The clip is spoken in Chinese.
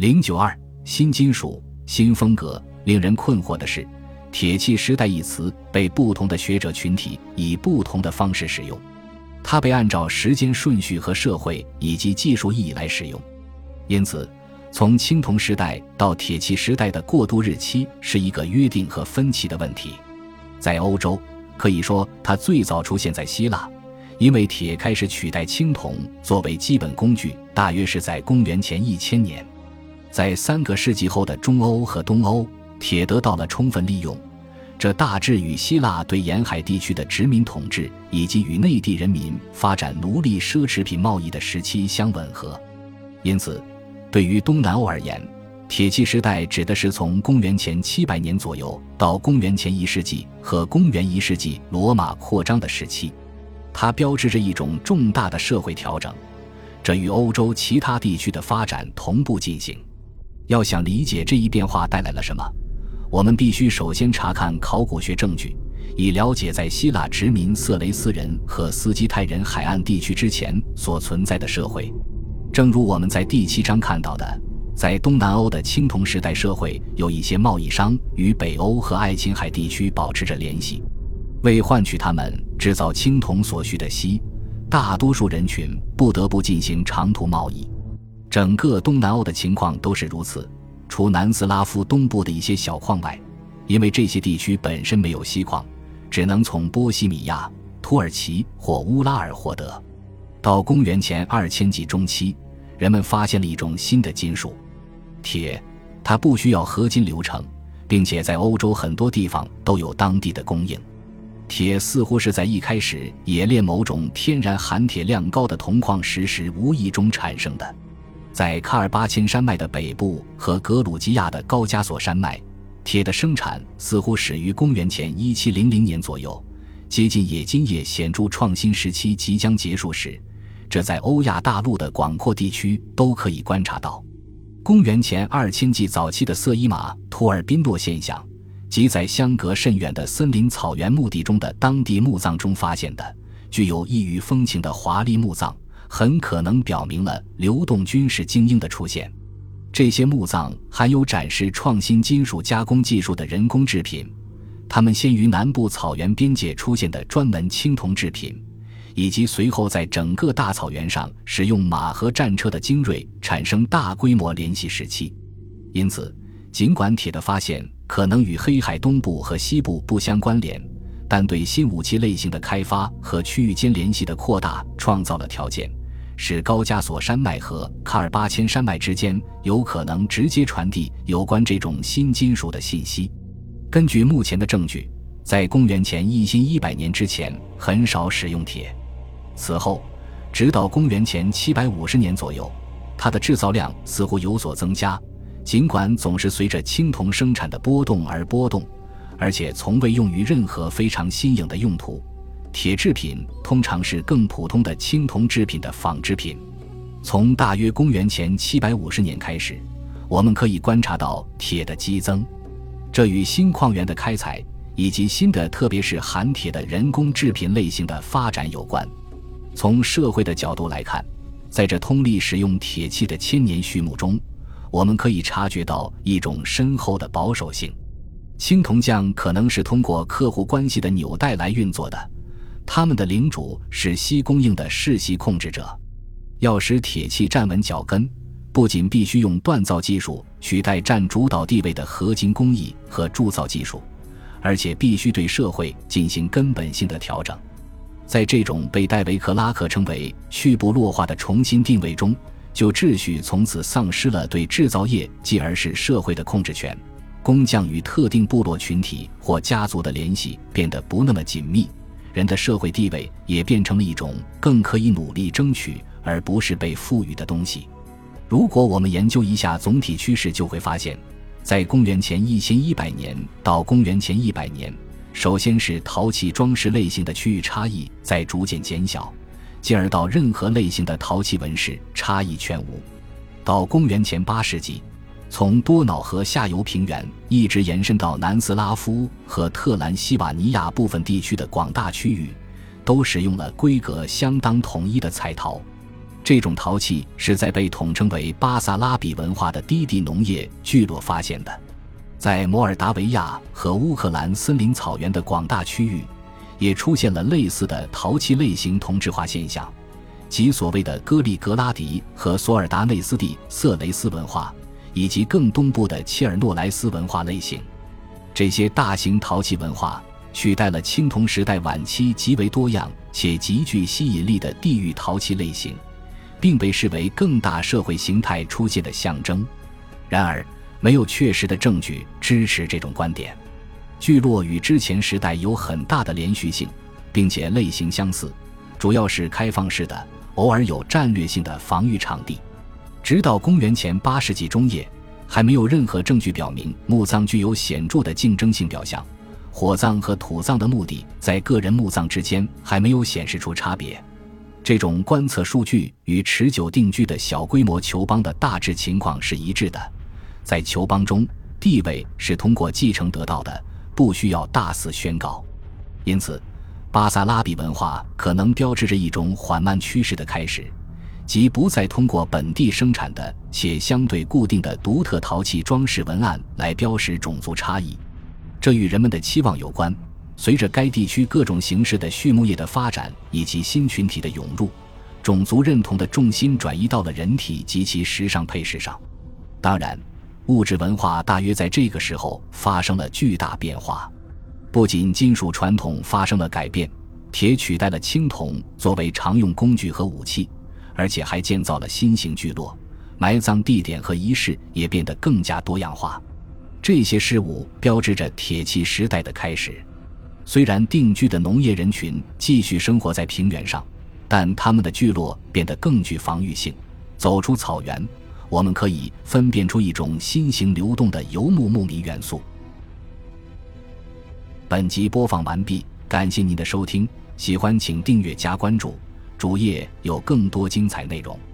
092新金属新风格。令人困惑的是，铁器时代一词被不同的学者群体以不同的方式使用，它被按照时间顺序和社会以及技术意义来使用。因此从青铜时代到铁器时代的过渡日期是一个约定和分歧的问题。在欧洲，可以说它最早出现在希腊，因为铁开始取代青铜作为基本工具，大约是在公元前1000年。在3个世纪后的中欧和东欧，铁得到了充分利用，这大致与希腊对沿海地区的殖民统治以及与内地人民发展奴隶奢侈品贸易的时期相吻合。因此对于东南欧而言，铁器时代指的是从公元前700年左右到公元前1世纪和公元1世纪罗马扩张的时期，它标志着一种重大的社会调整，这与欧洲其他地区的发展同步进行。要想理解这一变化带来了什么，我们必须首先查看考古学证据，以了解在希腊殖民色雷斯人和斯基泰人海岸地区之前所存在的社会。正如我们在第7章看到的，在东南欧的青铜时代社会有一些贸易商与北欧和爱琴海地区保持着联系，为换取他们制造青铜所需的锡，大多数人群不得不进行长途贸易。整个东南欧的情况都是如此，除南斯拉夫东部的一些小矿外，因为这些地区本身没有锡矿，只能从波西米亚、土耳其或乌拉尔获得。到公元前2000纪中期，人们发现了一种新的金属铁，它不需要合金流程，并且在欧洲很多地方都有当地的供应。铁似乎是在一开始冶炼某种天然含铁量高的铜矿石时无意中产生的。在喀尔巴阡山脉的北部和格鲁吉亚的高加索山脉，铁的生产似乎始于公元前1700年左右，接近冶金业显著创新时期即将结束时，这在欧亚大陆的广阔地区都可以观察到。公元前2000纪早期的色伊马图尔宾诺现象，即在相隔甚远的森林草原墓地中的当地墓葬中发现的具有异域风情的华丽墓葬，很可能表明了流动军事精英的出现。这些墓葬含有展示创新金属加工技术的人工制品，它们先于南部草原边界出现的专门青铜制品，以及随后在整个大草原上使用马和战车的精锐产生大规模联系时期。因此尽管铁的发现可能与黑海东部和西部不相关联，但对新武器类型的开发和区域间联系的扩大创造了条件，使高加索山脉和喀尔巴阡山脉之间有可能直接传递有关这种新金属的信息。根据目前的证据，在公元前1100年之前很少使用铁，此后直到公元前750年左右，它的制造量似乎有所增加，尽管总是随着青铜生产的波动而波动，而且从未用于任何非常新颖的用途。铁制品通常是更普通的青铜制品的仿制品。从大约公元前750年开始，我们可以观察到铁的激增，这与新矿源的开采以及新的特别是含铁的人工制品类型的发展有关。从社会的角度来看，在这通力使用铁器的千年序幕中，我们可以察觉到一种深厚的保守性。青铜匠可能是通过客户关系的纽带来运作的，他们的领主是锡供应的世袭控制者。要使铁器站稳脚跟，不仅必须用锻造技术取代占主导地位的合金工艺和铸造技术，而且必须对社会进行根本性的调整。在这种被戴维克拉克称为去部落化的重新定位中，就秩序从此丧失了对制造业继而是社会的控制权，工匠与特定部落群体或家族的联系变得不那么紧密，人的社会地位也变成了一种更可以努力争取而不是被赋予的东西。如果我们研究一下总体趋势，就会发现在公元前1100年到公元前100年，首先是陶器装饰类型的区域差异在逐渐减小，进而到任何类型的陶器纹饰差异全无。到公元前8世纪，从多瑙河下游平原一直延伸到南斯拉夫和特兰西瓦尼亚部分地区的广大区域，都使用了规格相当统一的彩陶。 这种陶器是在被统称为巴萨拉比文化的低地农业聚落发现的。在摩尔达维亚和乌克兰森林草原的广大区域，也出现了类似的陶器类型同质化现象，即所谓的戈利格拉迪和索尔达内斯蒂色雷斯文化，以及更东部的切尔诺莱斯文化类型。这些大型陶器文化取代了青铜时代晚期极为多样且极具吸引力的地域陶器类型，并被视为更大社会形态出现的象征。然而，没有确实的证据支持这种观点。聚落与之前时代有很大的连续性，并且类型相似，主要是开放式的，偶尔有战略性的防御场地。直到公元前8世纪中叶，还没有任何证据表明墓葬具有显著的竞争性表象，火葬和土葬的目的在个人墓葬之间还没有显示出差别。这种观测数据与持久定居的小规模酋邦的大致情况是一致的。在酋邦中，地位是通过继承得到的，不需要大肆宣告。因此，巴萨拉比文化可能标志着一种缓慢趋势的开始，即不再通过本地生产的且相对固定的独特陶器装饰文案来标识种族差异。这与人们的期望有关。随着该地区各种形式的畜牧业的发展以及新群体的涌入，种族认同的重心转移到了人体及其时尚配饰上。当然，物质文化大约在这个时候发生了巨大变化。不仅金属传统发生了改变，铁取代了青铜作为常用工具和武器，而且还建造了新型聚落，埋葬地点和仪式也变得更加多样化。这些事物标志着铁器时代的开始。虽然定居的农业人群继续生活在平原上，但他们的聚落变得更具防御性。走出草原，我们可以分辨出一种新型流动的游牧牧民元素。本集播放完毕，感谢您的收听，喜欢请订阅加关注，主页有更多精彩内容。